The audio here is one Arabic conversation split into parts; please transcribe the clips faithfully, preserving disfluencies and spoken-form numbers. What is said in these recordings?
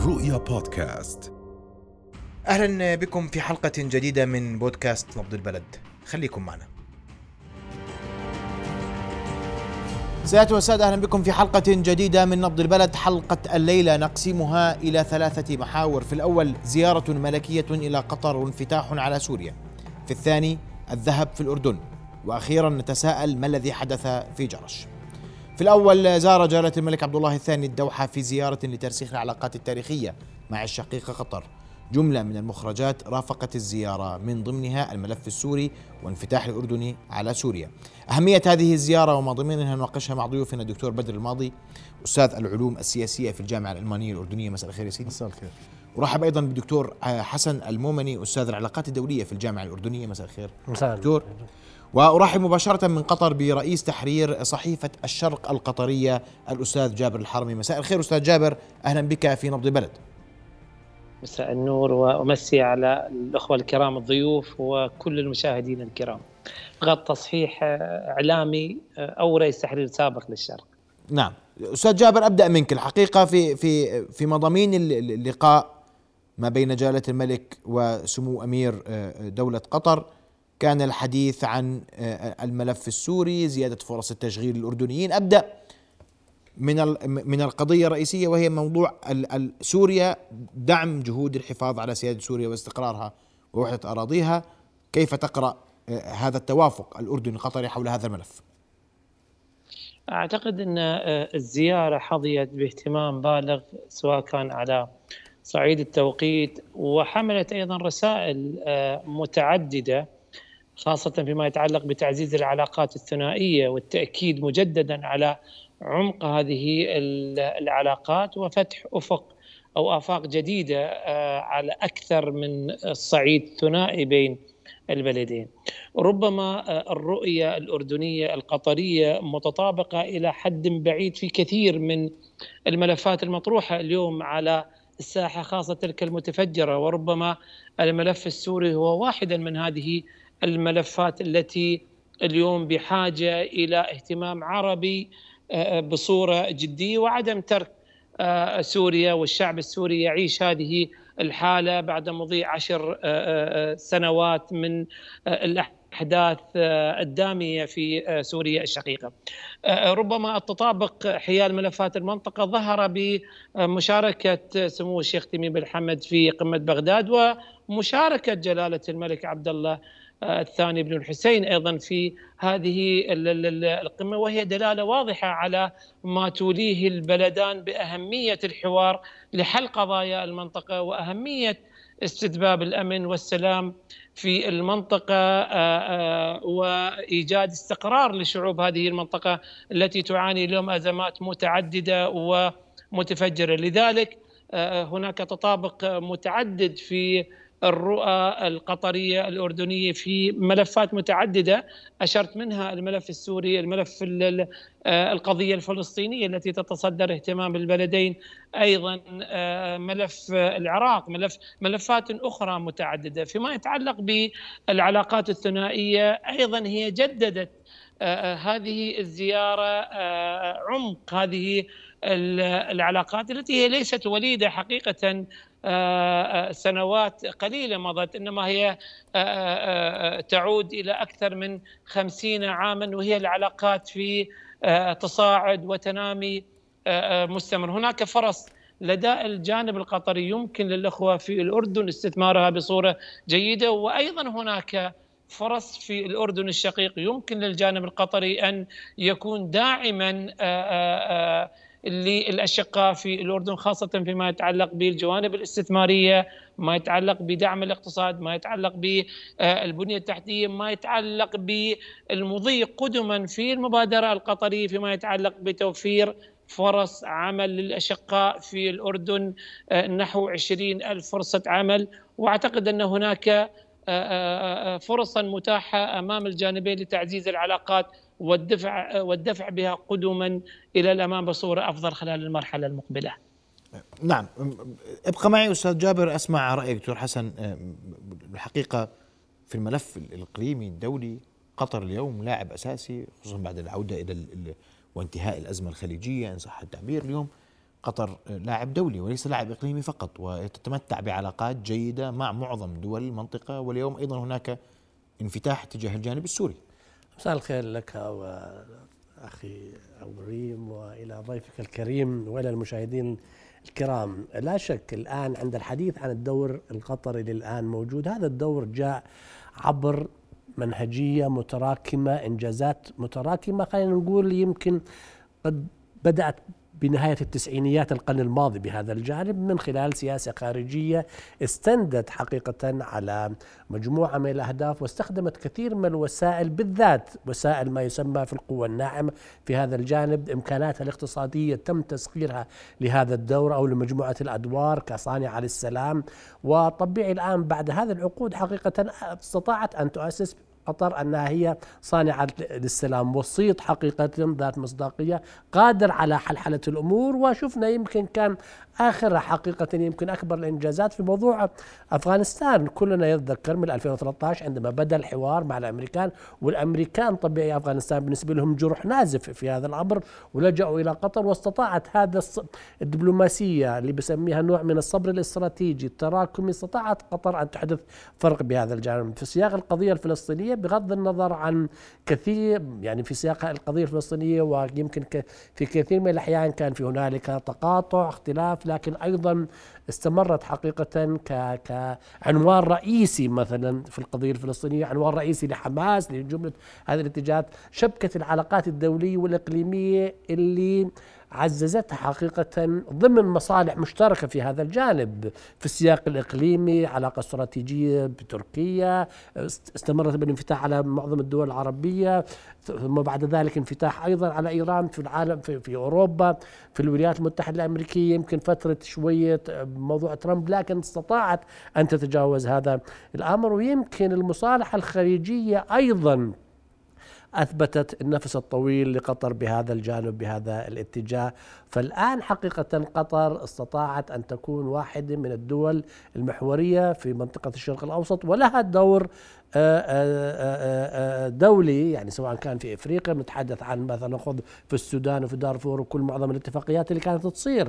رؤيا بودكاست. أهلا بكم في حلقة جديدة من بودكاست نبض البلد، خليكم معنا. سيادة والسادة، أهلا بكم في حلقة جديدة من نبض البلد. حلقة الليلة نقسمها إلى ثلاثة محاور. في الأول زيارة ملكية إلى قطر وانفتاح على سوريا. في الثاني الذهب في الأردن. وأخيرا نتساءل ما الذي حدث في جرش. في الأول زار جلالة الملك عبد الله الثاني الدوحة في زيارة لترسيخ العلاقات التاريخية مع الشقيقة قطر. جملة من المخرجات رافقت الزيارة، من ضمنها الملف السوري وانفتاح الأردني على سوريا. أهمية هذه الزيارة وما ضمنها نناقشها مع ضيوفنا الدكتور بدر الماضي، أستاذ العلوم السياسية في الجامعة الألمانية الأردنية. مساء الخير يا سيدي. مساء الخير. ورحب أيضا بالدكتور حسن المومني، أستاذ العلاقات الدولية في الجامعة الأردنية. مساء الخير مساء دكتور. وأرحب مباشرة من قطر برئيس تحرير صحيفة الشرق القطرية الأستاذ جابر الحرمي. مساء الخير أستاذ جابر، أهلا بك في نبض البلد. مساء النور، وأمسي على الأخوة الكرام الضيوف وكل المشاهدين الكرام. غط تصحيح إعلامي أو رئيس تحرير سابق للشرق. نعم أستاذ جابر، أبدأ منك. الحقيقة في في في مضامين اللقاء ما بين جلالة الملك وسمو أمير دولة قطر كان الحديث عن الملف السوري، زيادة فرص التشغيل الأردنيين. أبدأ من من القضية الرئيسية وهي موضوع سوريا، دعم جهود الحفاظ على سيادة سوريا واستقرارها ووحدة أراضيها. كيف تقرأ هذا التوافق الأردني القطري حول هذا الملف؟ أعتقد أن الزيارة حظيت باهتمام بالغ، سواء كان على صعيد التوقيت وحملت أيضا رسائل متعددة، خاصة فيما يتعلق بتعزيز العلاقات الثنائية والتأكيد مجددا على عمق هذه العلاقات وفتح أفق أو آفاق جديدة على أكثر من الصعيد الثنائي بين البلدين. ربما الرؤية الأردنية القطرية متطابقة إلى حد بعيد في كثير من الملفات المطروحة اليوم على الساحة، خاصة تلك المتفجرة، وربما الملف السوري هو واحدا من هذه الملفات التي اليوم بحاجة إلى اهتمام عربي بصورة جدية، وعدم ترك سوريا والشعب السوري يعيش هذه الحالة بعد مضي عشر سنوات من الأحداث الدامية في سوريا الشقيقة. ربما التطابق حيال ملفات المنطقة ظهر بمشاركة سمو الشيخ تميم بن حمد في قمة بغداد، ومشاركة جلالة الملك عبد الله الثاني بن الحسين أيضا في هذه القمة، وهي دلالة واضحة على ما توليه البلدان بأهمية الحوار لحل قضايا المنطقة وأهمية استتباب الأمن والسلام في المنطقة وإيجاد استقرار لشعوب هذه المنطقة التي تعاني اليوم أزمات متعددة ومتفجرة. لذلك هناك تطابق متعدد في الرؤى القطرية الأردنية في ملفات متعددة، أشرت منها الملف السوري، الملف القضية الفلسطينية التي تتصدر اهتمام البلدين، أيضا ملف العراق، ملف ملفات أخرى متعددة. فيما يتعلق بالعلاقات الثنائية أيضا هي جددت هذه الزيارة عمق هذه العلاقات التي هي ليست وليدة حقيقة، سنوات قليلة مضت، إنما هي تعود إلى أكثر من خمسين عاما، وهي العلاقات في تصاعد وتنامي مستمر. هناك فرص لدى الجانب القطري يمكن للأخوة في الأردن استثمارها بصورة جيدة، وأيضا هناك فرص في الأردن الشقيق يمكن للجانب القطري أن يكون داعما للأشقاء في الأردن، خاصة فيما يتعلق بالجوانب الاستثمارية، ما يتعلق بدعم الاقتصاد، ما يتعلق بالبنية التحتية، ما يتعلق بالمضي قدما في المبادرة القطرية فيما يتعلق بتوفير فرص عمل للأشقاء في الأردن، نحو عشرين ألف فرصة عمل. وأعتقد أن هناك فرصا متاحة أمام الجانبين لتعزيز العلاقات والدفع والدفع بها قدما إلى الأمام بصورة أفضل خلال المرحلة المقبلة. نعم، ابقى معي أستاذ جابر أسمع رأيك دكتور حسن. الحقيقة في الملف الإقليمي الدولي قطر اليوم لاعب أساسي، خصوصا بعد العودة إلى وانتهاء الأزمة الخليجية إن صح التعبير. اليوم قطر لاعب دولي وليس لاعب إقليمي فقط، وتتمتع بعلاقات جيدة مع معظم دول المنطقة، واليوم أيضا هناك انفتاح تجاه الجانب السوري. مساء الخير لك وأخي أبو ريم وإلى ضيفك الكريم وإلى المشاهدين الكرام. لا شك الآن عند الحديث عن الدور القطري اللي الآن موجود، هذا الدور جاء عبر منهجية متراكمة، إنجازات متراكمة، خلينا نقول يمكن قد بدأت بنهاية التسعينيات القرن الماضي بهذا الجانب من خلال سياسة خارجية استندت حقيقة على مجموعة من الأهداف، واستخدمت كثير من الوسائل، بالذات وسائل ما يسمى في القوة الناعمة في هذا الجانب. إمكاناتها الاقتصادية تم تسخيرها لهذا الدور أو لمجموعة الأدوار كصانعة للسلام. وطبيعي الآن بعد هذه العقود حقيقة استطاعت أن تؤسس قطر أنها هي صانعة للسلام، وسيط حقيقة ذات مصداقية قادر على حلحلة الأمور. وشفنا يمكن كان آخر حقيقة يمكن أكبر الإنجازات في موضوع أفغانستان. كلنا يتذكر من ألفين وثلاثة عشر عندما بدأ الحوار مع الأمريكان، والأمريكان طبيعي أفغانستان بالنسبة لهم جرح نازف في هذا الأمر، ولجأوا إلى قطر، واستطاعت هذا الدبلوماسية اللي بسميها نوع من الصبر الاستراتيجي التراكمي، استطاعت قطر أن تحدث فرق بهذا الجانب في سياق القضية الفلسطينية، بغض النظر عن كثير يعني في سياق القضية الفلسطينية. ويمكن في كثير من الأحيان كان في هنالك تقاطع اختلاف، لكن أيضا استمرت حقيقة كعنوان رئيسي مثلا في القضية الفلسطينية، عنوان رئيسي لحماس لجملة هذه الاتجاهات، شبكة العلاقات الدولية والإقليمية اللي عززتها حقيقة ضمن مصالح مشتركة في هذا الجانب. في السياق الإقليمي علاقة استراتيجية بتركيا، استمرت بالانفتاح على معظم الدول العربية، ثم بعد ذلك انفتاح أيضا على إيران في العالم في, في أوروبا، في الولايات المتحدة الأمريكية يمكن فترة شوية موضوع ترامب، لكن استطاعت أن تتجاوز هذا الأمر. ويمكن المصالحة الخارجية أيضا أثبتت النفس الطويل لقطر بهذا الجانب بهذا الاتجاه. فالآن حقيقة قطر استطاعت أن تكون واحدة من الدول المحورية في منطقة الشرق الأوسط، ولها دور دولي، يعني سواء كان في إفريقيا، نتحدث عن مثلا خذ في السودان وفي دارفور وكل معظم الاتفاقيات اللي كانت تصير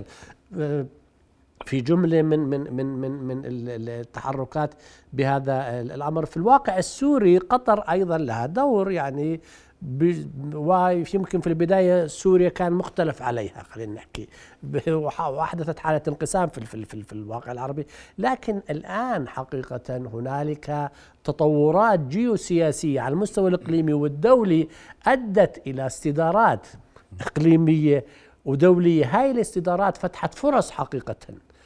في جملة من من من من من التحركات بهذا الأمر. في الواقع السوري قطر أيضا لها دور، يعني ويمكن في البداية سوريا كان مختلف عليها، خلينا نحكي، وحدثت حالة انقسام في في في, في الواقع العربي، لكن الآن حقيقة هنالك تطورات جيوسياسية على المستوى الإقليمي والدولي أدت إلى استدارات إقليمية ودولية. هاي الاستدارات فتحت فرص حقيقة،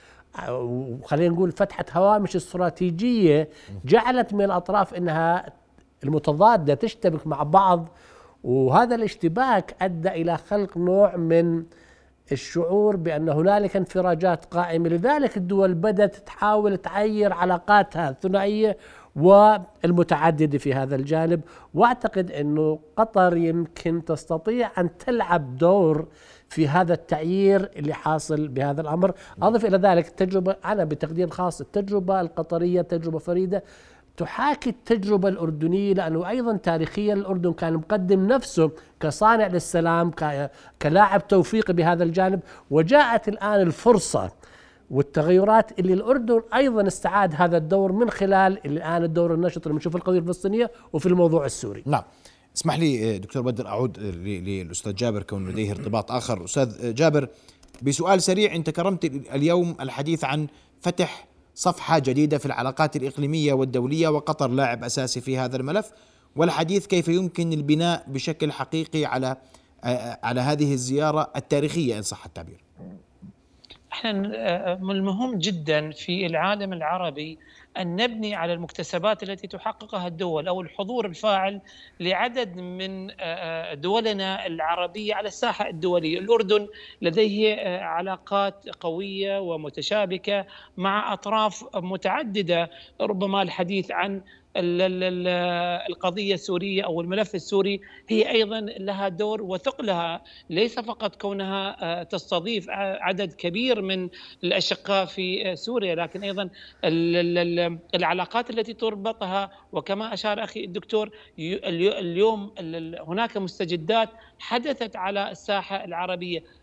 وخلينا نقول فتحت هوامش استراتيجية جعلت من الأطراف إنها المتضادة تشتبك مع بعض، وهذا الاشتباك أدى إلى خلق نوع من الشعور بأن هنالك انفراجات قائمة. لذلك الدول بدأت تحاول تعير علاقاتها الثنائية والمتعددة في هذا الجانب، وأعتقد أنه قطر يمكن تستطيع أن تلعب دور في هذا التعيير اللي حاصل بهذا الأمر. أضف إلى ذلك التجربة، أنا بتقدير خاص التجربة القطرية تجربة فريدة تحاكي التجربة الأردنية، لأنه أيضا تاريخيا الأردن كان مقدم نفسه كصانع للسلام، كلاعب توفيقي بهذا الجانب، وجاءت الآن الفرصة والتغيرات اللي الأردن أيضا استعاد هذا الدور من خلال الآن الدور النشط اللي بنشوف القضية الفلسطينية وفي الموضوع السوري. نعم، اسمح لي دكتور بدر أعود للأستاذ جابر كون لديه ارتباط آخر. أستاذ جابر، بسؤال سريع، أنت كرمت اليوم الحديث عن فتح صفحة جديدة في العلاقات الإقليمية والدولية، وقطر لاعب أساسي في هذا الملف، والحديث كيف يمكن البناء بشكل حقيقي على على هذه الزيارة التاريخية إن صح التعبير. احنا من المهم جدا في العالم العربي أن نبني على المكتسبات التي تحققها الدول أو الحضور الفاعل لعدد من دولنا العربية على الساحة الدولية. الأردن لديه علاقات قوية ومتشابكة مع أطراف متعددة، ربما الحديث عن القضية السورية أو الملف السوري هي أيضا لها دور وثقلها، ليس فقط كونها تستضيف عدد كبير من الأشقاء في سوريا، لكن أيضا العلاقات التي تربطها. وكما أشار أخي الدكتور، اليوم هناك مستجدات حدثت على الساحة العربية،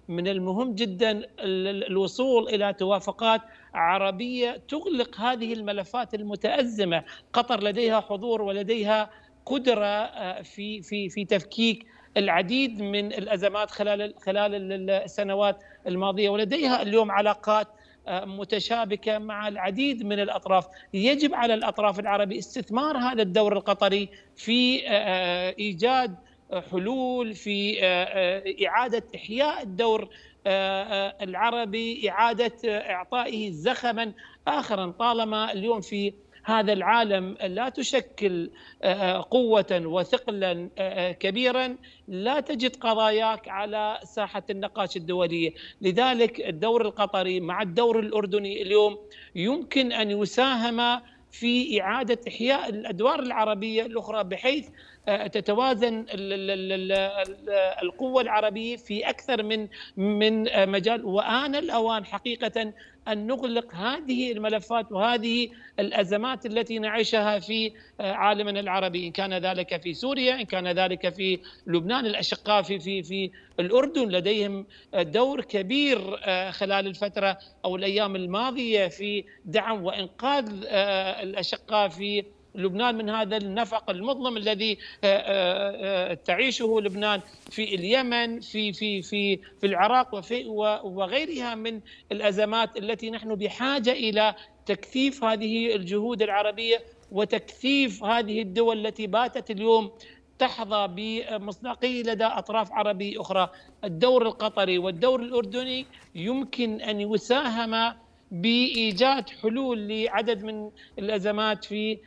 من المهم جدا الوصول إلى توافقات عربية تغلق هذه الملفات المتأزمة. قطر لديها حضور ولديها قدرة في في في تفكيك العديد من الأزمات خلال خلال السنوات الماضية، ولديها اليوم علاقات متشابكة مع العديد من الأطراف. يجب على الأطراف العربية استثمار هذا الدور القطري في إيجاد حلول، في إعادة إحياء الدور العربي، إعادة إعطائه زخما آخرا. طالما اليوم في هذا العالم لا تشكل قوة وثقلا كبيرا، لا تجد قضاياك على ساحة النقاش الدولية. لذلك الدور القطري مع الدور الأردني اليوم يمكن أن يساهم في إعادة إحياء الأدوار العربية الأخرى، بحيث تتوازن القوة العربية في أكثر من من مجال. وآن الأوان حقيقة أن نغلق هذه الملفات وهذه الأزمات التي نعيشها في عالمنا العربي، إن كان ذلك في سوريا، إن كان ذلك في لبنان. الأشقاء في في في الأردن لديهم دور كبير خلال الفترة أو الأيام الماضية في دعم وإنقاذ الأشقاء في لبنان من هذا النفق المظلم الذي تعيشه لبنان، في اليمن، في في في في العراق وفي وغيرها من الأزمات التي نحن بحاجة إلى تكثيف هذه الجهود العربية وتكثيف هذه الدول التي باتت اليوم تحظى بمصداقية لدى أطراف عربية أخرى. الدور القطري والدور الأردني يمكن أن يساهم بإيجاد حلول لعدد من الأزمات في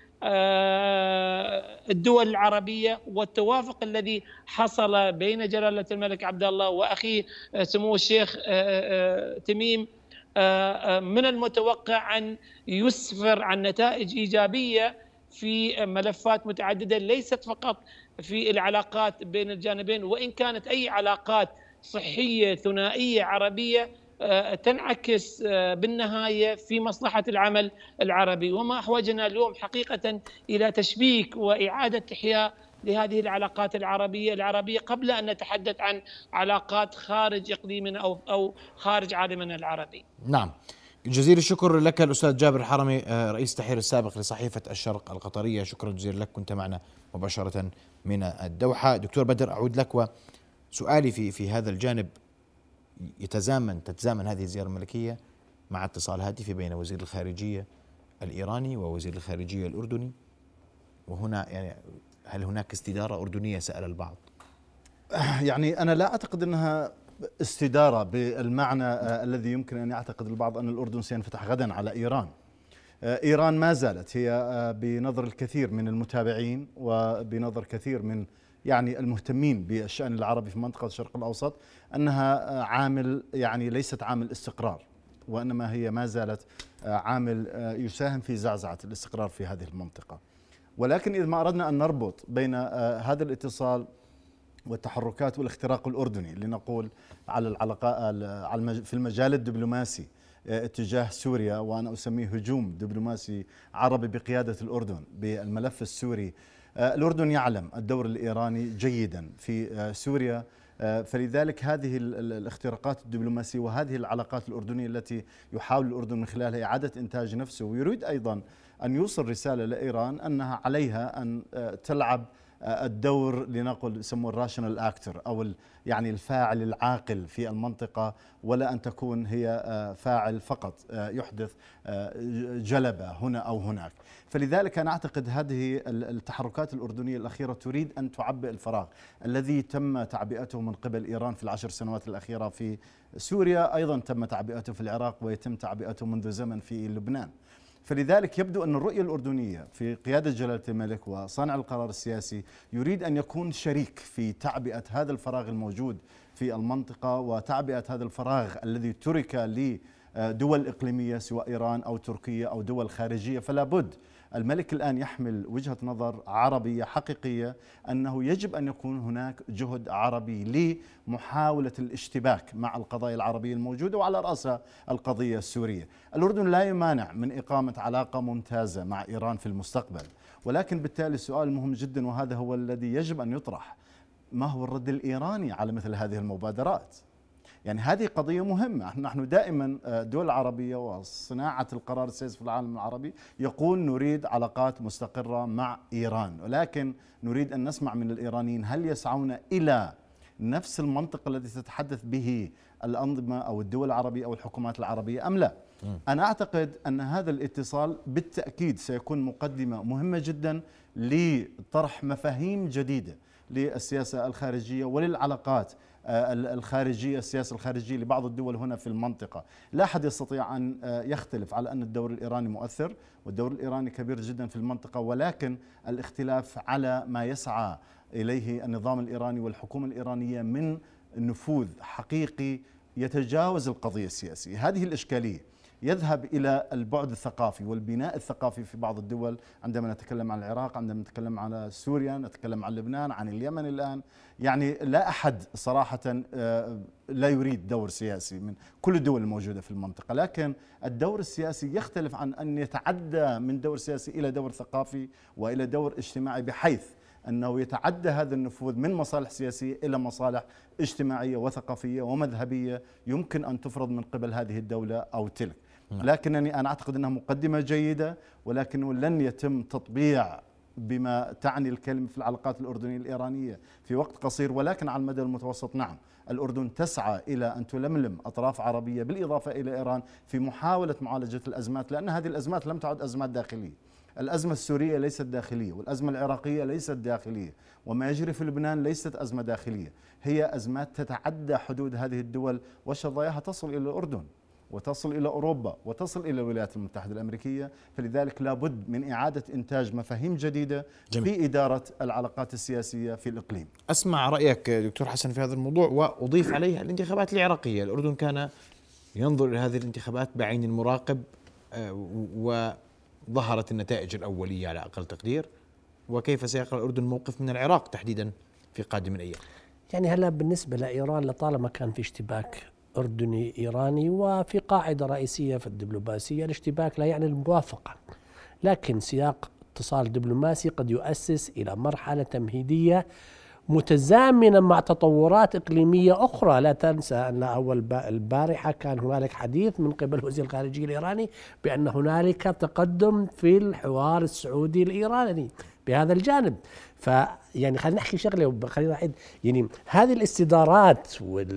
الدول العربية، والتوافق الذي حصل بين جلالة الملك عبد الله وأخيه سمو الشيخ تميم من المتوقع أن يسفر عن نتائج إيجابية في ملفات متعددة، ليست فقط في العلاقات بين الجانبين، وإن كانت أي علاقات صحية ثنائية عربية تنعكس بالنهاية في مصلحة العمل العربي. وما أحوجنا اليوم حقيقة إلى تشبيك وإعادة إحياء لهذه العلاقات العربية العربية قبل أن نتحدث عن علاقات خارج إقليمنا أو أو خارج عالمنا العربي. نعم، جزيل الشكر لك الأستاذ جابر الحرمي، رئيس التحرير السابق لصحيفة الشرق القطرية. شكرا جزيلا لك، كنت معنا مباشرة من الدوحة. دكتور بدر، أعود لك، وسؤالي في في هذا الجانب يتزامن تتزامن هذه الزيارة الملكية مع اتصال هاتفي بين وزير الخارجية الإيراني ووزير الخارجية الأردني، وهنا يعني هل هناك استدارة أردنية سأل البعض؟ يعني أنا لا أعتقد أنها استدارة بالمعنى الذي يمكن أن يعتقد البعض أن الأردن سينفتح غدا على إيران. إيران ما زالت هي بنظر الكثير من المتابعين وبنظر كثير من يعني المهتمين بالشأن العربي في منطقة الشرق الأوسط أنها عامل، يعني ليست عامل استقرار، وإنما هي ما زالت عامل يساهم في زعزعة الاستقرار في هذه المنطقة. ولكن إذا ما أردنا أن نربط بين هذا الاتصال والتحركات والاختراق الأردني لنقول على العلاقات في المجال الدبلوماسي اتجاه سوريا، وأنا أسميه هجوم دبلوماسي عربي بقيادة الأردن بالملف السوري. الأردن يعلم الدور الإيراني جيدا في سوريا، فلذلك هذه الاختراقات الدبلوماسية وهذه العلاقات الأردنية التي يحاول الأردن من خلالها إعادة إنتاج نفسه، ويريد أيضا أن يوصل رسالة لإيران أنها عليها أن تلعب الدور لنقل يسموه الراشنال اكتر او يعني الفاعل العاقل في المنطقه، ولا ان تكون هي فاعل فقط يحدث جلبه هنا او هناك. فلذلك انا اعتقد هذه التحركات الاردنيه الاخيره تريد ان تعبئ الفراغ الذي تم تعبئته من قبل ايران في العشر سنوات الاخيره في سوريا، ايضا تم تعبئته في العراق ويتم تعبئته منذ زمن في لبنان. فلذلك يبدو أن الرؤية الأردنية في قيادة جلالة الملك وصانع القرار السياسي يريد أن يكون شريك في تعبئة هذا الفراغ الموجود في المنطقة وتعبئة هذا الفراغ الذي ترك لدول إقليمية سواء إيران أو تركيا أو دول خارجية. فلا بد الملك الآن يحمل وجهة نظر عربية حقيقية أنه يجب أن يكون هناك جهد عربي لمحاولة الاشتباك مع القضايا العربية الموجودة وعلى رأسها القضية السورية. الأردن لا يمانع من إقامة علاقة ممتازة مع إيران في المستقبل، ولكن بالتالي السؤال مهم جدا وهذا هو الذي يجب أن يطرح: ما هو الرد الإيراني على مثل هذه المبادرات؟ يعني هذه قضية مهمة. نحن دائما الدول العربية وصناعة القرار السياسي في العالم العربي يقول نريد علاقات مستقرة مع إيران، ولكن نريد أن نسمع من الإيرانيين هل يسعون إلى نفس المنطق الذي تتحدث به الأنظمة أو الدول العربية أو الحكومات العربية أم لا؟ أنا أعتقد أن هذا الاتصال بالتأكيد سيكون مقدمة مهمة جدا لطرح مفاهيم جديدة للسياسة الخارجية وللعلاقات الخارجية، السياسة الخارجية لبعض الدول هنا في المنطقة. لا أحد يستطيع أن يختلف على أن الدور الإيراني مؤثر والدور الإيراني كبير جدا في المنطقة، ولكن الاختلاف على ما يسعى إليه النظام الإيراني والحكومة الإيرانية من نفوذ حقيقي يتجاوز القضية السياسية. هذه الإشكالية يذهب إلى البعد الثقافي والبناء الثقافي في بعض الدول. عندما نتكلم عن العراق، عندما نتكلم عن سوريا، نتكلم عن لبنان، عن اليمن الآن، يعني لا أحد صراحة لا يريد دور سياسي من كل الدول الموجودة في المنطقة، لكن الدور السياسي يختلف عن أن يتعدى من دور سياسي إلى دور ثقافي وإلى دور اجتماعي، بحيث أنه يتعدى هذا النفوذ من مصالح سياسية إلى مصالح اجتماعية وثقافية ومذهبية يمكن أن تفرض من قبل هذه الدولة أو تلك. لكنني أنا أعتقد أنها مقدمة جيدة، ولكنه لن يتم تطبيع بما تعني الكلمة في العلاقات الأردنية الإيرانية في وقت قصير، ولكن على المدى المتوسط نعم الأردن تسعى إلى أن تلملم أطراف عربية بالإضافة إلى إيران في محاولة معالجة الأزمات، لأن هذه الأزمات لم تعد أزمات داخلية. الأزمة السورية ليست داخلية، والأزمة العراقية ليست داخلية، وما يجري في لبنان ليست أزمة داخلية، هي أزمات تتعدى حدود هذه الدول وشظاياها تصل إلى الأردن وتصل إلى أوروبا وتصل إلى الولايات المتحدة الأمريكية. فلذلك لابد من إعادة إنتاج مفاهيم جديدة جميل. في إدارة العلاقات السياسية في الإقليم. أسمع رأيك دكتور حسن في هذا الموضوع، وأضيف عليه الانتخابات العراقية. الأردن كان ينظر إلى هذه الانتخابات بعين المراقب، وظهرت النتائج الأولية على أقل تقدير، وكيف سيقرأ الأردن موقف من العراق تحديدا في قادم الأيام؟ يعني هلا بالنسبة لإيران لطالما كان في اشتباك أردني إيراني، وفي قاعدة رئيسية في الدبلوماسية الاشتباك لا يعني الموافقة، لكن سياق اتصال دبلوماسي قد يؤسس إلى مرحلة تمهيدية متزامنة مع تطورات إقليمية أخرى. لا تنسى أن أول البارحة كان هنالك حديث من قبل وزير الخارجية الإيراني بأن هنالك تقدم في الحوار السعودي الإيراني بهذا الجانب. فيعني خلينا نحكي شغله، خلينا نعيد يعني هذه الاستدارات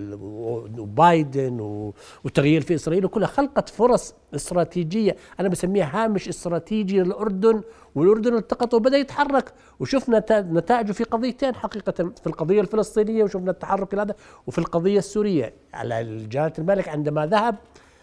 وبايدن والتغيير في اسرائيل وكلها خلقت فرص استراتيجيه، انا بسميها هامش استراتيجي للاردن، والاردن التقط وبدا يتحرك، وشفنا نتائجه في قضيتين حقيقه، في القضيه الفلسطينيه وشفنا التحرك هذا، وفي القضيه السوريه. على جلاله الملك عندما ذهب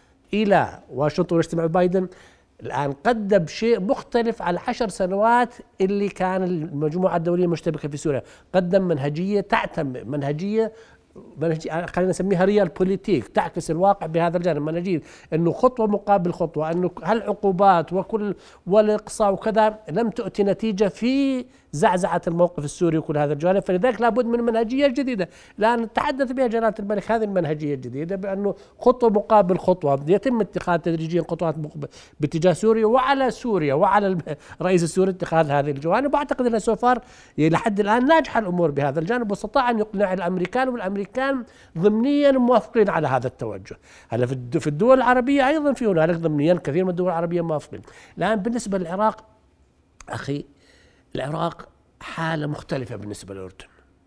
الى واشنطن واجتماع بايدن الآن قدم شيء مختلف على عشر سنوات اللي كان المجموعة الدولية المشتبكة في سوريا. قدم منهجية تعتمد منهجية منهجية خلينا نسميها ريال بوليتيك، تعكس الواقع بهذا الجانب، منهجية أنه خطوة مقابل خطوة، أنه هالعقوبات وكل والإقصاء وكذا لم تؤتي نتيجة في زعزعة الموقف السوري وكل هذا الجانب. فلذلك لابد من منهجية جديدة. الآن تحدث بها جلالة الملك هذه المنهجية الجديدة بأنه خطوة مقابل خطوة يتم اتخاذ تدريجيا خطوات باتجاه سوريا، وعلى سوريا وعلى الرئيس السوري اتخاذ هذه الجوانب. وأعتقد أن سوفار لحد الآن ناجحة الأمور بهذا الجانب، واستطاع أن يقنع الأمريكان، والأمريكان ضمنيا موافقين على هذا التوجه. هلا في الدول العربية أيضا في هنالك ضمنيا كثير من الدول العربية موافقين. الآن بالنسبة للعراق أخي، العراق حالة مختلفة بالنسبة للأردن.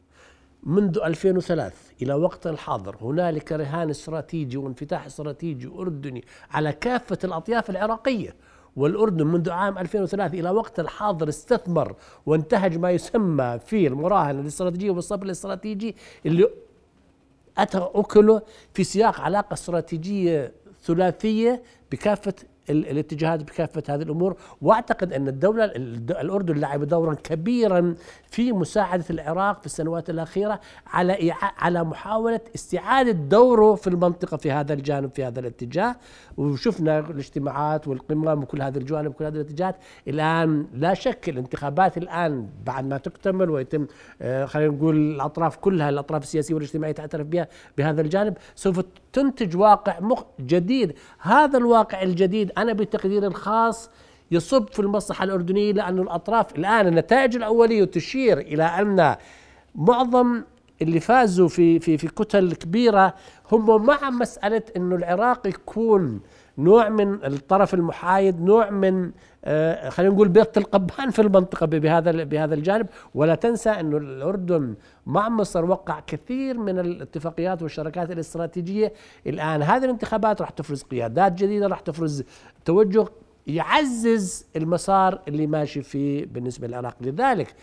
منذ ألفين وثلاثة إلى وقت الحاضر هنالك رهان استراتيجي وانفتاح استراتيجي أردني على كافة الأطياف العراقية، والأردن منذ عام ألفين وثلاثة إلى وقت الحاضر استثمر وانتهج ما يسمى في المراهنة الاستراتيجية والصبر الاستراتيجي اللي أتى أكله في سياق علاقة استراتيجية ثلاثية بكافة الاتجاهات بكافة هذه الأمور. وأعتقد أن الدولة الأردن لعب دورا كبيرا في مساعدة العراق في السنوات الأخيرة على على محاولة استعادة دوره في المنطقة في هذا الجانب في هذا الاتجاه. وشفنا الاجتماعات والقمم وكل هذه الجوانب وكل هذه الاتجاهات. الآن لا شك الانتخابات الآن بعد ما تكتمل ويتم خلينا نقول الأطراف كلها الأطراف السياسية والاجتماعية تعترف بها بهذا الجانب، سوف تنتج واقع جديد. هذا الواقع الجديد أنا بتقديري الخاص يصب في المصلحة الأردنية، لأن الأطراف الآن النتائج الأولية تشير إلى أن معظم اللي فازوا في في في كتل كبيرة هم مع مسألة إنه العراق يكون نوع من الطرف المحايد، نوع من آه خلينا نقول بيضة القبان في المنطقة بهذا بهذا الجانب. ولا تنسى إنه الأردن مع مصر وقع كثير من الاتفاقيات والشراكات الاستراتيجية. الآن هذه الانتخابات راح تفرز قيادات جديدة، راح تفرز توجه يعزز المسار اللي ماشي فيه بالنسبة للعراق. لذلك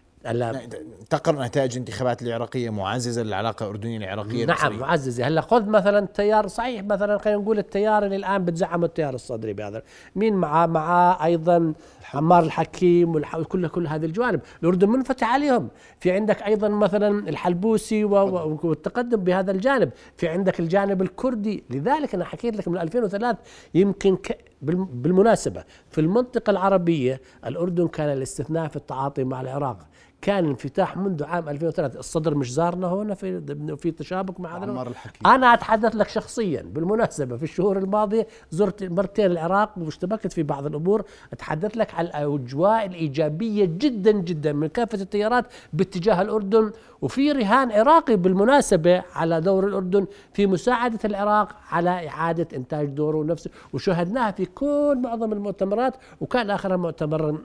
تقر نتائج الانتخابات العراقية معززة للعلاقة الأردنية العراقية. نعم مصرية. معززة. هلا خذ مثلا تيار صحيح، مثلا خلينا نقول التيار اللي الآن بتزعمه التيار الصدري بهذا، مين معاه؟ معاه أيضا عمار الحكيم وكل كل هذه الجوانب. الأردن منفتح عليهم. في عندك أيضا مثلا الحلبوسي والتقدم بهذا الجانب، في عندك الجانب الكردي. لذلك أنا حكيت لك من ألفين وثلاثة يمكن ك بالمناسبة في المنطقة العربية الأردن كان الاستثناء في التعاطي مع العراق. كان انفتاح منذ عام ألفين وثلاثة. الصدر مش زارنا هنا في في تشابك مع هذا. انا اتحدث لك شخصيا بالمناسبه في الشهور الماضيه زرت مرتين العراق واشتبكت في بعض الامور. اتحدث لك عن الاجواء الايجابيه جدا جدا من كافه التيارات باتجاه الاردن، وفي رهان عراقي بالمناسبه على دور الاردن في مساعده العراق على اعاده انتاج دوره نفسه، وشاهدناها في كل معظم المؤتمرات، وكان اخر مؤتمر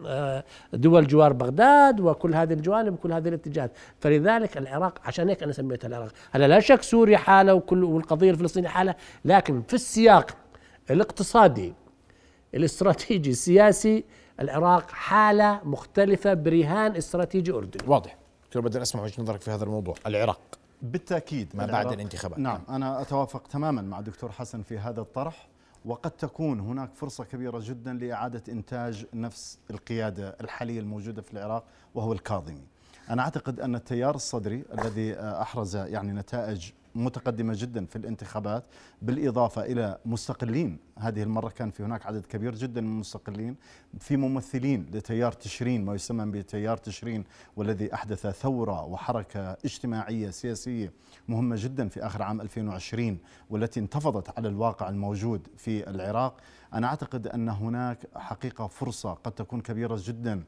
دول جوار بغداد وكل هذه الجوانب وكل هذه الاتجاهات. فلذلك العراق عشان هيك انا سميتها العراق. هلا لا شك سوريا حاله وكل والقضيه الفلسطينيه حاله، لكن في السياق الاقتصادي الاستراتيجي السياسي العراق حاله مختلفه برهان استراتيجي اردني. واضح. دكتور بدر اسمع وجهة نظرك في هذا الموضوع. العراق بالتأكيد ما بعد الانتخابات. نعم أنا أتوافق تماما مع الدكتور حسن في هذا الطرح، وقد تكون هناك فرصة كبيرة جدا لإعادة إنتاج نفس القيادة الحالية الموجودة في العراق وهو الكاظمي. أنا أعتقد أن التيار الصدري الذي أحرز يعني نتائج متقدمة جدا في الانتخابات، بالإضافة إلى مستقلين، هذه المرة كان في هناك عدد كبير جدا من المستقلين، في ممثلين لتيار تشرين ما يسمى بتيار تشرين، والذي أحدث ثورة وحركة اجتماعية سياسية مهمة جدا في آخر عام ألفين وعشرين والتي انتفضت على الواقع الموجود في العراق. أنا أعتقد أن هناك حقيقة فرصة قد تكون كبيرة جدا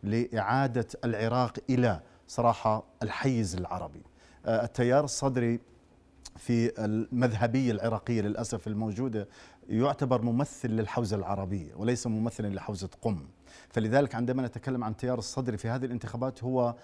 لإعادة العراق إلى صراحة الحيز العربي. التيار الصدري في المذهبية العراقية للأسف الموجودة يعتبر ممثل للحوزة العربية وليس ممثلا لحوزة قم. فلذلك عندما نتكلم عن التيار الصدري في هذه الانتخابات هو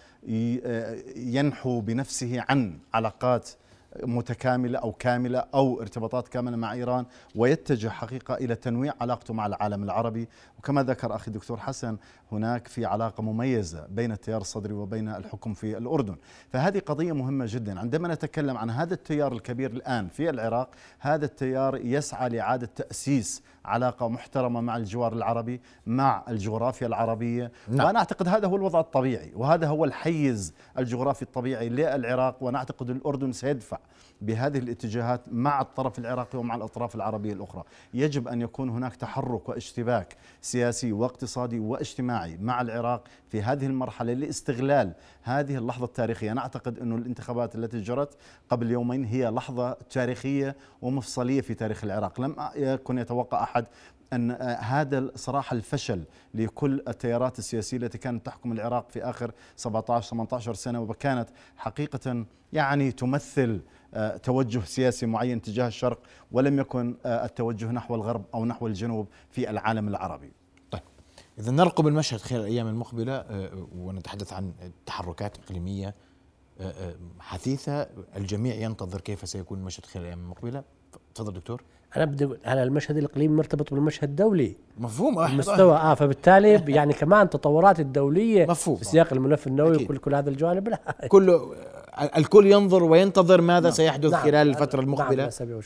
ينحو بنفسه عن علاقات متكاملة أو كاملة أو ارتباطات كاملة مع إيران، ويتجه حقيقة إلى تنويع علاقته مع العالم العربي. وكما ذكر أخي الدكتور حسن هناك في علاقة مميزة بين التيار الصدري وبين الحكم في الأردن، فهذه قضية مهمة جدا. عندما نتكلم عن هذا التيار الكبير الآن في العراق، هذا التيار يسعى لإعادة تأسيس علاقة محترمة مع الجوار العربي، مع الجغرافيا العربية. نعم. وأنا أعتقد هذا هو الوضع الطبيعي وهذا هو الحيز الجغرافي الطبيعي للعراق، وأنا أعتقد الأردن سيدفع بهذه الاتجاهات مع الطرف العراقي ومع الأطراف العربية الأخرى. يجب أن يكون هناك تحرك واشتباك سياسي واقتصادي واجتماعي مع العراق في هذه المرحلة لاستغلال هذه اللحظة التاريخية. أنا أعتقد أن الانتخابات التي جرت قبل يومين هي لحظة تاريخية ومفصلية في تاريخ العراق. لم يكن يتوقع أحد أن هذا صراحة الفشل لكل التيارات السياسية التي كانت تحكم العراق في آخر سبعة عشر ثمانية عشر سنة، وكانت حقيقة يعني تمثل توجه سياسي معين تجاه الشرق، ولم يكن التوجه نحو الغرب أو نحو الجنوب في العالم العربي. طيب إذا نرقب المشهد خلال الأيام المقبلة ونتحدث عن تحركات إقليمية حثيثة، الجميع ينتظر كيف سيكون المشهد خلال الأيام المقبلة. تفضل دكتور. أنا بدي أقول أنا المشهد الإقليمي مرتبط بالمشهد الدولي. مفهوم. المستوى آه فبالتالي يعني كمان التطورات الدولية مفهوم. في سياق الملف النووي وكل كل هذا الجوانب. لا كله الكل ينظر وينتظر ماذا نعم. سيحدث نعم. خلال الفترة المقبلة. نعم.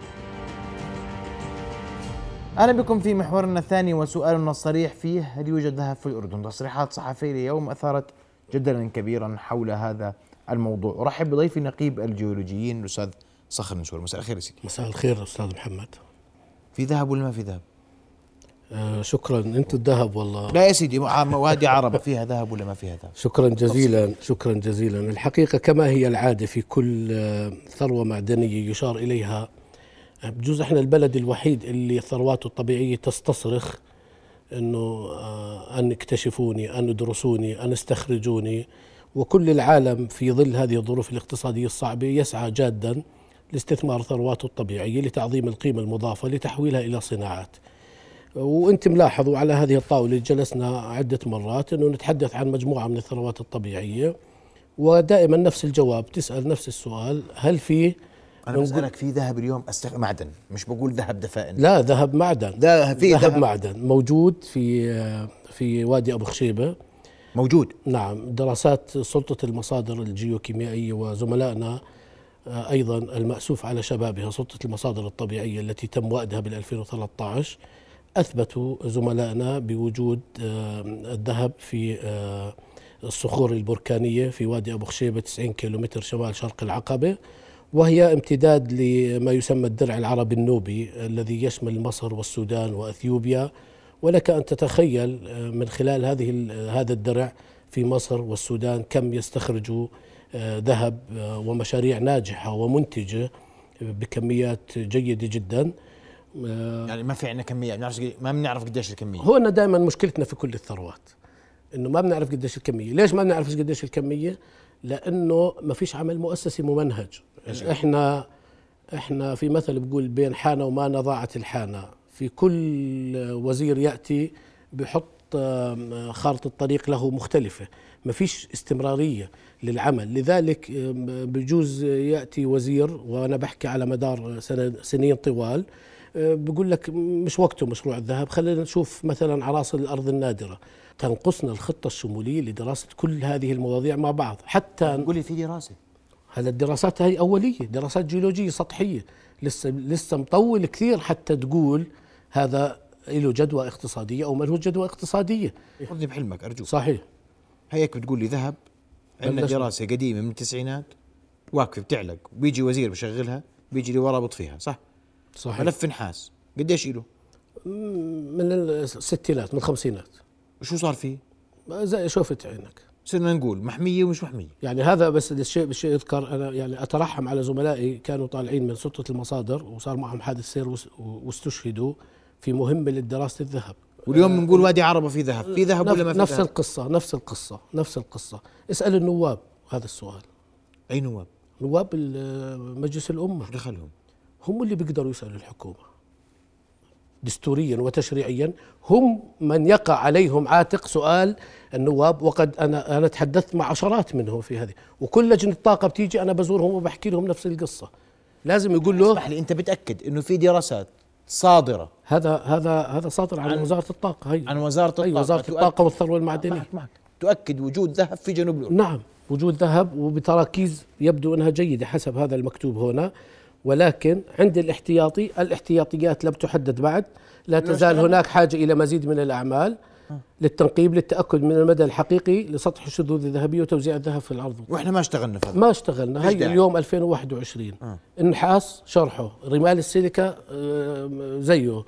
أهلا بكم في محورنا الثاني وسؤالنا الصريح فيه: هل يوجد ذهب في الأردن؟ تصريحات صحفية اليوم أثارت جدلا كبيرا حول هذا الموضوع. أرحب بضيفي نقيب الجيولوجيين الأستاذ صخر نشور. مساء الخير يا سيدي. مساء الخير أستاذ محمد. في ذهب ولا ما في ذهب؟ آه شكرا. أنت الذهب والله. لا يا سيدي، وادي عربة فيها ذهب ولا ما فيها ذهب؟ شكرا جزيلا. شكرا جزيلا. الحقيقة كما هي العادة في كل ثروة معدنية يشار إليها، بجوز احنا البلد الوحيد اللي ثرواته الطبيعية تستصرخ انه آه ان اكتشفوني، ان ادرسوني، ان استخرجوني، وكل العالم في ظل هذه الظروف الاقتصادية الصعبة يسعى جادا لاستثمار ثرواته الطبيعية لتعظيم القيمة المضافة لتحويلها إلى صناعات. وانت ملاحظوا على هذه الطاولة جلسنا عدة مرات انه نتحدث عن مجموعة من الثروات الطبيعية، ودائما نفس الجواب، تسأل نفس السؤال، هل في أنا بسألك في ذهب اليوم أستخ... معدن، مش بقول ذهب دفائن. لا، ذهب معدن. ذهب في ذهب ذهب معدن موجود في في وادي أبو خشيبة موجود. نعم. دراسات سلطة المصادر الجيوكيميائية وزملائنا أيضا المأسوف على شبابها سلطة المصادر الطبيعية التي تم وأدها بال ألفين وثلاثة عشر أثبتوا زملائنا بوجود الذهب في الصخور البركانية في وادي أبو خشيبة تسعين كيلومتر شمال شرق العقبة، وهي امتداد لما يسمى الدرع العربي النوبي الذي يشمل مصر والسودان وأثيوبيا. ولك أن تتخيل من خلال هذه هذا الدرع في مصر والسودان كم يستخرجوا ذهب ومشاريع ناجحة ومنتجة بكميات جيدة جدا. يعني ما في عندنا كمية، ما بنعرف قديش الكمية. هو أن دائما مشكلتنا في كل الثروات إنه ما بنعرف قديش الكمية. ليش ما بنعرف قديش الكمية؟ لأنه ما فيش عمل مؤسسي ممنهج. إحنا إحنا في مثل بيقول بين حانة ومانة ضاعت الحانة. في كل وزير يأتي بحط خارطة الطريق له مختلفة، ما فيش استمرارية للعمل. لذلك بجوز يأتي وزير، وأنا بحكي على مدار سنين طوال، بقول لك مش وقته مشروع الذهب، خلينا نشوف مثلا عناصر الأرض النادرة. تنقصنا الخطة الشمولية لدراسة كل هذه المواضيع مع بعض. حتى نقول لي في دراسة، هلا الدراسات هي أولية، دراسات جيولوجية سطحية، لسه لسه مطول كثير حتى تقول هذا له جدوى اقتصادية أو ما له جدوى اقتصادية. خذني بحلمك أرجوك. صحيح. هيك بتقول لي ذهب، عندنا دراسة قديمة من التسعينات واقفة بتعلق، بيجي وزير بشغلها، بيجي لي ورا بطفيها، صح؟ صحيح. ملف نحاس قديش له؟ من الستينات، من الخمسينات. شو صار فيه؟ زي شوفت عينك، صرنا نقول محمية ومش محمية. يعني هذا بس الشيء بالشيء يذكر. أنا يعني أترحم على زملائي كانوا طالعين من سلطة المصادر وصار معهم حادث سير واستشهدوا في مهمة للدراسة الذهب. واليوم نقول وادي عربة في ذهب، في ذهب ولا ما في نفس ذهب؟ القصة نفس القصة نفس القصة. اسأل النواب هذا السؤال. أي نواب؟ نواب مجلس الأمة. شو دخلهم؟ هم اللي بيقدروا يسألوا الحكومة دستوريا وتشريعيا، هم من يقع عليهم عاتق سؤال النواب. وقد أنا أنا تحدثت مع عشرات منهم في هذه، وكل لجنة طاقة بتيجي أنا بزورهم وبحكي لهم نفس القصة. لازم يقول له اسمح لي، أنت بتأكد إنه في دراسات صادرة؟ هذا هذا هذا صادر عن, عن وزارة الطاقة. هي عن وزارة الطاقة. أي وزارة الطاقة والثروة المعدنية. معك معك. تؤكد وجود ذهب في جنوب الأردن. نعم، وجود ذهب وبتراكيز يبدو أنها جيدة حسب هذا المكتوب هنا. ولكن عند الاحتياطي، الاحتياطيات لم تحدد بعد. لا تزال هناك حاجة إلى مزيد من الأعمال للتنقيب للتأكد من المدى الحقيقي لسطح الشذوذ الذهبية وتوزيع الذهب في الأرض. وإحنا ما اشتغلنا في هذا. ما اشتغلنا. هي اليوم ألفين وواحد وعشرين. آه. النحاس شرحه، رمال السيليكا زيه،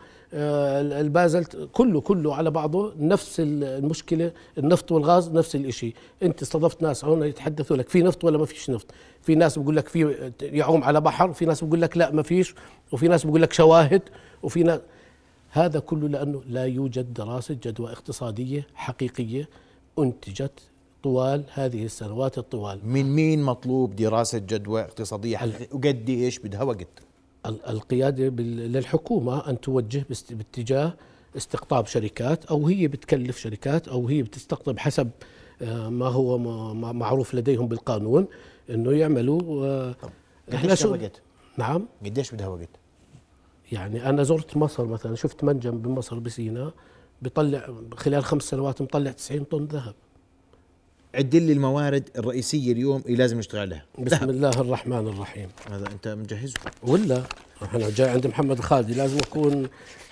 البازلت، كله كله على بعضه نفس المشكلة. النفط والغاز نفس الاشي. انت استضفت ناس هون يتحدثوا لك في نفط ولا ما فيش نفط. في ناس بقول لك في يعوم على بحر، في ناس بقول لك لا ما فيش، وفي ناس بقول لك شواهد، وفي ناس. هذا كله لأنه لا يوجد دراسة جدوى اقتصادية حقيقية أنتجت طوال هذه السنوات الطوال. من مين مطلوب دراسة جدوى اقتصادية حقيقية وقد ايش بدها وقت؟ القيادة للحكومة أن توجه باتجاه استقطاب شركات، أو هي بتكلف شركات، أو هي بتستقطب حسب ما هو معروف لديهم بالقانون أنه يعملوا. قديش بدها وقت؟ نعم، قديش بدها وقت؟ يعني أنا زرت مصر مثلا، شفت منجم بمصر بسينا بيطلع خلال خمس سنوات مطلع تسعين طن ذهب. عدل لي الموارد الرئيسية اليوم اللي لازم نشتغل عليها. بسم دهب. الله الرحمن الرحيم. هذا أنت مجهزه ولا أنا جاي عند محمد الخالدي لازم أكون.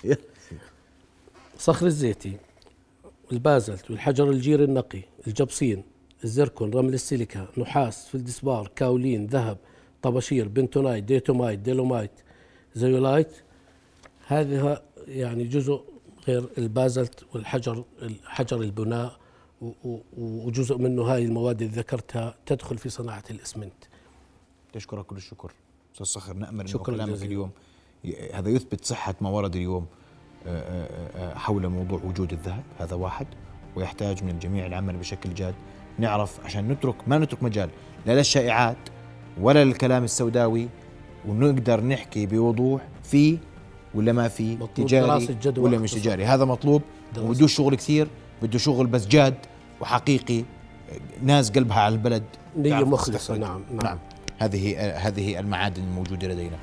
صخر الزيتي، البازلت، والحجر الجيري النقي، الجبصين، الزركون، رمل السيليكا، نحاس، فلدسبار، كاولين، ذهب، طباشير، بنتونايت، ديتومايت، ديلومايت، زيولايت. هذا يعني جزء غير البازلت والحجر حجر البناء، وجزء منه هاي المواد اللي ذكرتها تدخل في صناعة الإسمنت. تشكرك كل الشكر أستاذ صخر. نأمل أن كلامك اليوم هذا يثبت صحة ما ورد اليوم حول موضوع وجود الذهب. هذا واحد، ويحتاج من الجميع العمل بشكل جاد نعرف عشان نترك ما نترك مجال لا للشائعات ولا للكلام السوداوي، ونقدر نحكي بوضوح في ولا ما في، تجاري ولا مش تجاري. هذا مطلوب، وبده شغل كثير، بده شغل بس جاد وحقيقي، ناس قلبها على البلد، نية مخلصة. نعم نعم, نعم. هذه هذه المعادن الموجودة لدينا.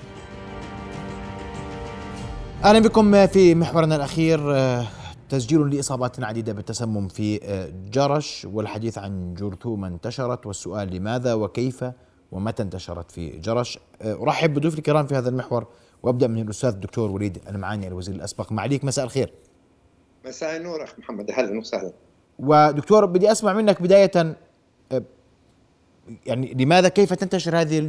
أهلا بكم في محورنا الأخير، تسجيل لإصابات عديدة بالتسمم في جرش، والحديث عن جرثومة انتشرت، والسؤال لماذا وكيف ومتى انتشرت في جرش. أرحب بضيوف الكرام في هذا المحور، وأبدأ من الأستاذ الدكتور وليد المعاني الوزير الأسبق. معليك مساء الخير. مساء النور أخ محمد، أهلا وسهلا. ودكتور بدي أسمع منك بداية، يعني لماذا كيف تنتشر هذه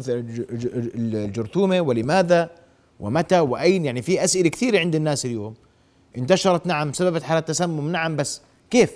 الجرثومة، ولماذا ومتى وأين؟ يعني في أسئلة كثيرة عند الناس اليوم. انتشرت نعم، سببت حالة تسمم نعم، بس كيف؟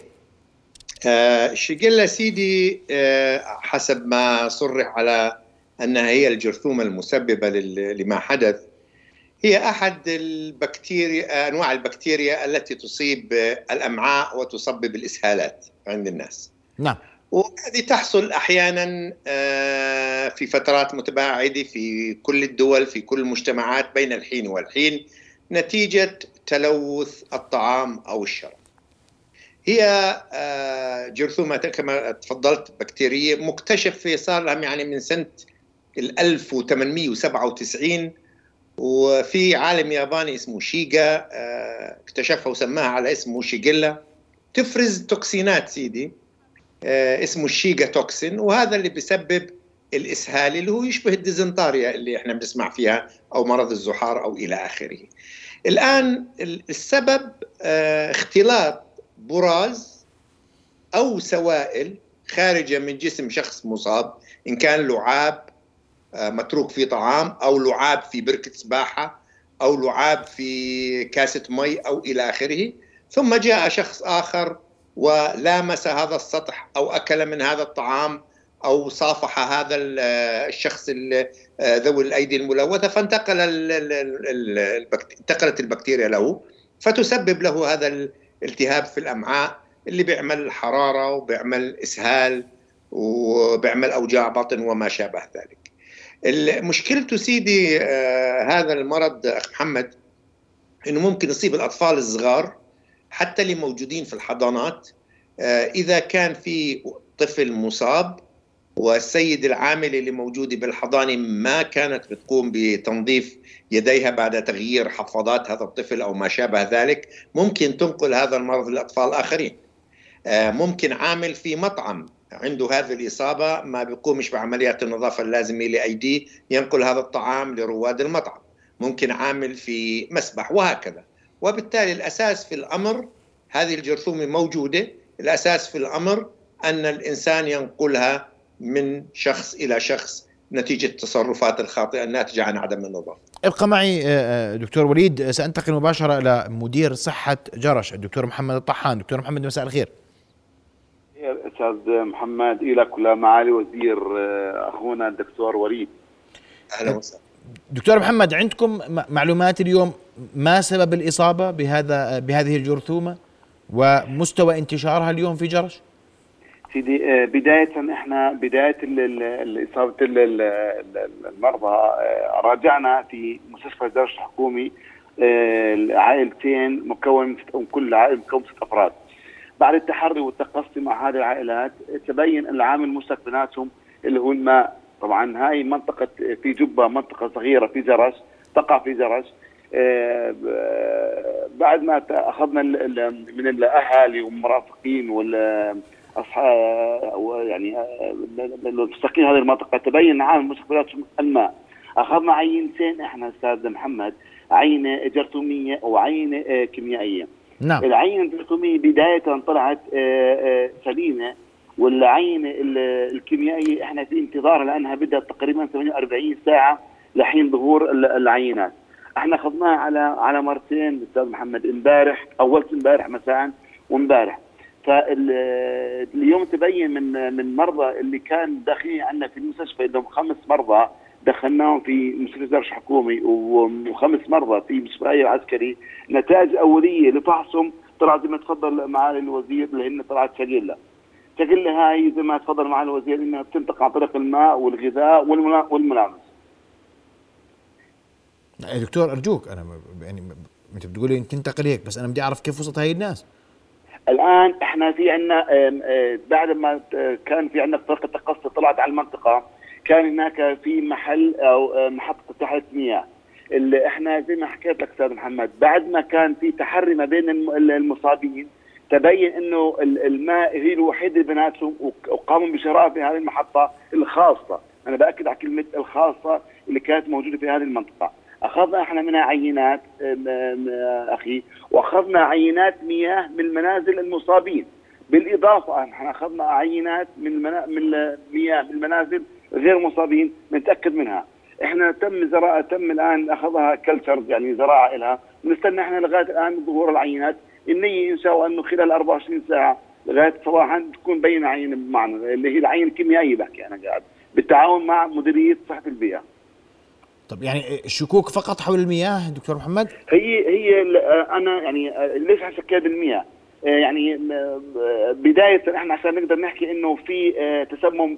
آه شيجيلا سيدي، آه حسب ما صرح على أنها هي الجرثومة المسببة لما حدث، هي أحد البكتيريا أنواع البكتيريا التي تصيب الأمعاء وتسبب الإسهالات عند الناس. نعم. وهذه تحصل أحيانا في فترات متباعدة في كل الدول، في كل المجتمعات، بين الحين والحين، نتيجة تلوث الطعام أو الشراب. هي جرثومة كما تفضلت بكتيرية مكتشف في صار لها يعني من سنة ألف وثمانمئة وسبعة وتسعين، وفي عالم ياباني اسمه شيغا اكتشفها وسماها على اسمه شيجيلا، تفرز توكسينات سيدي اسمه الشيغا توكسين، وهذا اللي بيسبب الإسهال اللي هو يشبه الديزنتاريا اللي احنا بنسمع فيها أو مرض الزحار أو إلى آخره. الآن السبب اختلاط براز أو سوائل خارجة من جسم شخص مصاب، إن كان لعاب متروك فيه طعام، أو لعاب في بركة سباحة، أو لعاب في كاسة مي أو إلى آخره، ثم جاء شخص آخر ولامس هذا السطح أو أكل من هذا الطعام أو صافح هذا الشخص ذوي الأيدي الملوثة، فانتقل انتقلت البكتيريا له، فتسبب له هذا الالتهاب في الأمعاء اللي بيعمل حرارة وبيعمل إسهال وبيعمل أوجاع بطن وما شابه ذلك. المشكلة سيدي هذا المرض أخ محمد إنه ممكن يصيب الأطفال الصغار حتى اللي موجودين في الحضانات. إذا كان في طفل مصاب والسيد العامل اللي موجود بالحضانة ما كانت بتقوم بتنظيف يديها بعد تغيير حفاضات هذا الطفل أو ما شابه ذلك، ممكن تنقل هذا المرض للأطفال آخرين. ممكن عامل في مطعم عنده هذه الإصابة ما بيقومش بعمليات النظافة اللازمة لأيديه، ينقل هذا الطعام لرواد المطعم. ممكن عامل في مسبح وهكذا. وبالتالي الأساس في الأمر هذه الجرثومة موجودة، الأساس في الأمر أن الإنسان ينقلها من شخص إلى شخص نتيجة التصرفات الخاطئة الناتجة عن عدم النظافة. ابقى معي دكتور وليد، سأنتقل مباشرة إلى مدير صحة جرش الدكتور محمد الطحان. دكتور محمد مساء الخير. أستاذ محمد، إلك ولا معالي وزير أخونا الدكتور وليد. أهلا وسهلا. دكتور محمد، عندكم معلومات اليوم ما سبب الإصابة بهذا بهذه الجرثومة ومستوى انتشارها اليوم في جرش؟ سيدي، بداية احنا بداية إصابة المرضى راجعنا في مستشفى جرش الحكومي عائلتين مكون من كل عائلة مكون من ست أفراد. بعد التحري والتقصي مع هذه العائلات تبين أن العامل المشترك بيناتهم اللي هو الماء. طبعا هاي منطقة في جبة، منطقة صغيرة في جرش، تقع في جرش. بعد ما أخذنا من الأهالي والمرافقين والأصحاب يعني المستقيم هذه المنطقة، تبين عامل المشترك بيناتهم الماء. أخذنا عينتين احنا أستاذ محمد، عينة جرثومية وعينة كيميائية. نعم. العينة الجرثومية بداية طلعت سليمة، والعينة الكيميائية احنا في انتظارها لأنها بدأت تقريبا ثمانية وأربعين ساعة لحين ظهور العينات. احنا اخذناها على على مرتين استاذ محمد، امبارح اول امبارح مساء وامبارح. فاليوم تبين من من مرضى اللي كان داخلين عندنا في المستشفى لهم خمس مرضى دخلناهم في مستشفى جرش حكومي وخمس مرضى في مستشفى عسكري. نتائج اوليه لفحصهم طلعت زي ما تفضل معالي الوزير لان طلعت سجله. شكل هاي زي ما تفضل معالي الوزير انها بتنتقل عن طريق الماء والغذاء والملامس. دكتور ارجوك، انا يعني انت بتقولي انت تنتقل هيك، بس انا بدي اعرف كيف وصلت هاي الناس. الان احنا في عندنا بعد ما كان في عندنا فرقه تقصي طلعت على المنطقه، كان هناك في محل او محطه تحت مياه اللي احنا زي ما حكيت لك استاذ محمد، بعد ما كان في تحري ما بين المصابين تبين انه الماء هي الوحيده اللي بيناتهم، وقاموا بشراء في هذه المحطه الخاصه، انا باكد على كلمه الخاصه اللي كانت موجوده في هذه المنطقه. اخذنا احنا منها عينات اخي، واخذنا عينات مياه من منازل المصابين، بالاضافه احنا اخذنا عينات من منا... من مياه من المنازل غير مصابين نتاكد منها. احنا تم زراعه تم الان اخذها كلتشر يعني زراعه لها، بنستنى احنا لغايه الان ظهور العينات. النية ان شاء الله انه خلال أربعة وعشرين ساعه لغايه صباحا تكون بينه عينه بمعنى اللي هي العين الكيميائيه بحكي انا قاعد بالتعاون مع مديريه صحه البيئه. طب يعني الشكوك فقط حول المياه دكتور محمد؟ هي هي انا يعني ليش حشكها بالمياه؟ يعني بدايه احنا عشان نقدر نحكي انه في تسمم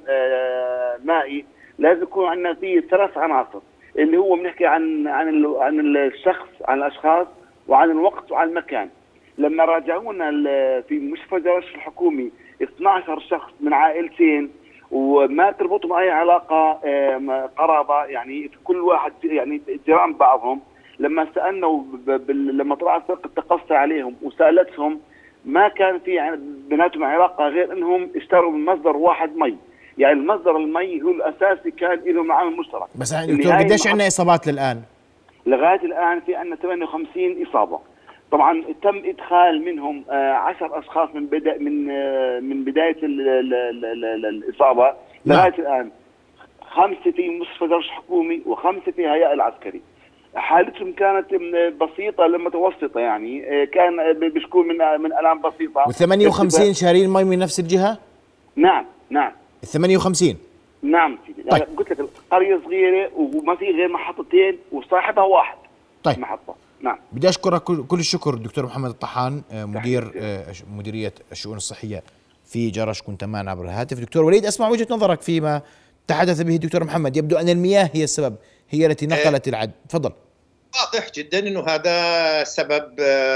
مائي لازم يكون عندنا في ثلاث عناصر، اللي هو بنحكي عن عن عن الشخص، عن الاشخاص، وعن الوقت وعن المكان. لما راجعونا في مستشفى جرش الحكومي اثني عشر شخص من عائلتين وما تربطهم اي علاقه قرابه، يعني كل واحد يعني جيران بعضهم، لما سالنا لما طلعت فرقه التقصي عليهم وسالتهم ما كان في بيناتهم علاقه غير انهم اشتروا من مصدر واحد مي، يعني المصدر المي هو الاساسي كان لهم عامل مشترك. بس دكتور قديش عندنا اصابات للان؟ لغايه الان في عندنا ثمانية وخمسين اصابه. طبعا تم ادخال منهم عشر اشخاص من بدا من من بدايه ال ال ال ال الاصابه لغايه الان، خمسه في مستشفى جرش حكومي وخمسه في هيئه العسكري. حالتهم كانت بسيطه لمتوسطه، يعني كان بيشكوا من من الام بسيطه. وثمانية وخمسين شارين مي من نفس الجهه؟ نعم نعم ثمانية وخمسين. نعم سيدي. طيب. قلت لك قريه صغيره وما في غير محطتين وصاحبها واحد. طيب. محطه. نعم. بدي اشكرك كل الشكر الدكتور محمد الطحان، مدير مديريه الشؤون الصحيه في جرش، كنت معنا عبر الهاتف. دكتور وليد، اسمع وجهه نظرك فيما تحدث به الدكتور محمد. يبدو ان المياه هي السبب، هي التي نقلت العد. تفضل. واضح جدا انه هذا سبب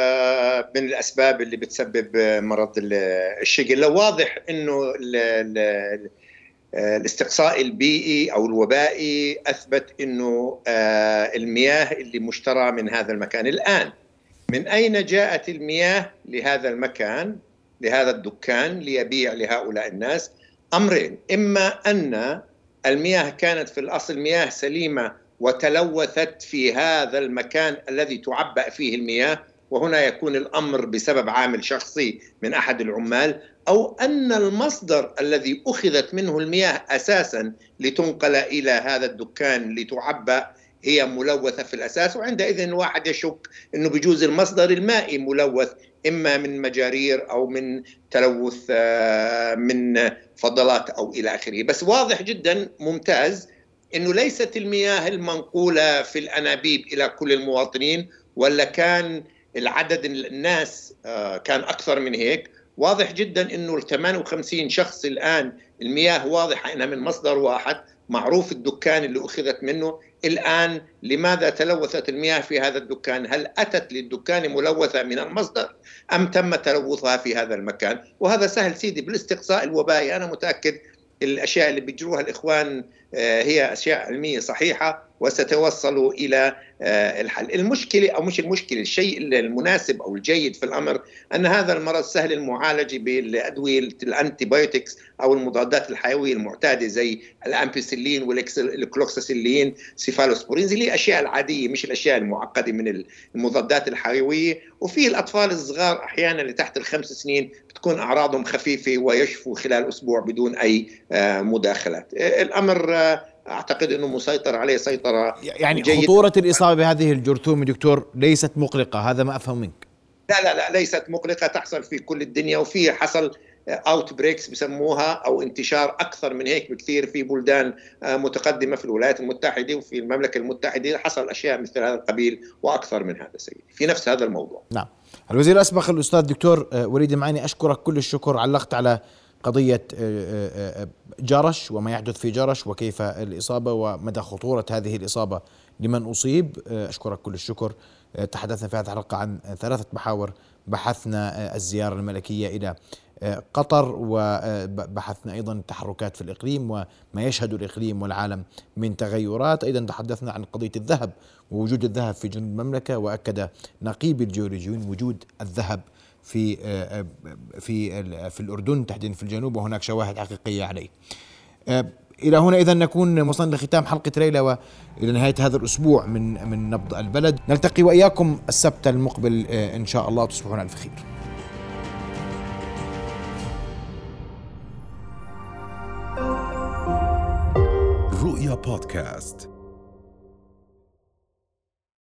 من الاسباب اللي بتسبب مرض الشقل. واضح انه الاستقصاء البيئي او الوبائي اثبت انه المياه اللي مشترى من هذا المكان. الان من اين جاءت المياه لهذا المكان، لهذا الدكان ليبيع لهؤلاء الناس؟ امرين: اما ان المياه كانت في الاصل مياه سليمه وتلوثت في هذا المكان الذي تعبأ فيه المياه، وهنا يكون الأمر بسبب عامل شخصي من أحد العمال، أو أن المصدر الذي أخذت منه المياه أساساً لتنقل إلى هذا الدكان لتعبأ هي ملوثة في الأساس. وعندئذ الواحد يشك أنه بجوز المصدر المائي ملوث، إما من مجارير أو من تلوث من فضلات أو إلى آخره. بس واضح جداً ممتاز إنه ليست المياه المنقولة في الأنابيب إلى كل المواطنين، ولا كان العدد الناس كان أكثر من هيك. واضح جدا إنه الثمانية وخمسين شخص الآن المياه واضحة إنها من مصدر واحد، معروف الدكان اللي أخذت منه. الآن لماذا تلوثت المياه في هذا الدكان؟ هل أتت للدكان ملوثة من المصدر أم تم تلوثها في هذا المكان؟ وهذا سهل سيدي بالاستقصاء الوبائي. أنا متأكد الأشياء اللي بيجروها الإخوان هي أشياء علمية صحيحة وستوصلوا إلى الحل. المشكلة أو مش المشكلة، الشيء المناسب أو الجيد في الأمر أن هذا المرض سهل المعالجة بالأدوية الأنتيبيوتكس أو المضادات الحيوية المعتادة زي الأمبيسيلين والكلوكساسيلين سيفالوسبورين، زي الأشياء العادية مش الأشياء المعقدة من المضادات الحيوية. وفي الأطفال الصغار أحيانا اللي تحت الخمس سنين بتكون أعراضهم خفيفة ويشفوا خلال أسبوع بدون أي مداخلات. الأمر أعتقد أنه مسيطر عليه سيطرة يعني جيدة. خطورة الإصابة بهذه الجرثومة دكتور ليست مقلقة، هذا ما أفهم منك. لا لا لا ليست مقلقة، تحصل في كل الدنيا، وفي حصل اوت بريكس بسموها او انتشار اكثر من هيك بكثير في بلدان متقدمة في الولايات المتحدة وفي المملكة المتحدة. حصل أشياء مثل هذا القبيل وأكثر من هذا سيدي في نفس هذا الموضوع. نعم. الوزير الأسبق الأستاذ دكتور وليد المعيني، أشكرك كل الشكر، علقت على قضية جرش وما يحدث في جرش وكيف الإصابة ومدى خطورة هذه الإصابة لمن أصيب. أشكرك كل الشكر. تحدثنا في هذه الحلقة عن ثلاثة محاور، بحثنا الزيارة الملكية إلى قطر، وبحثنا أيضا التحركات في الإقليم وما يشهد الإقليم والعالم من تغيرات. أيضا تحدثنا عن قضية الذهب ووجود الذهب في جنوب المملكة، وأكد نقيب الجيولوجيين وجود الذهب في في في الأردن تحديدا في الجنوب، وهناك شواهد حقيقية عليه. إلى هنا إذا نكون وصلنا لختام حلقة ليلة وإلى نهاية هذا الأسبوع من من نبض البلد. نلتقي وإياكم السبت المقبل إن شاء الله، تصبحون على خير. رؤيا بودكاست.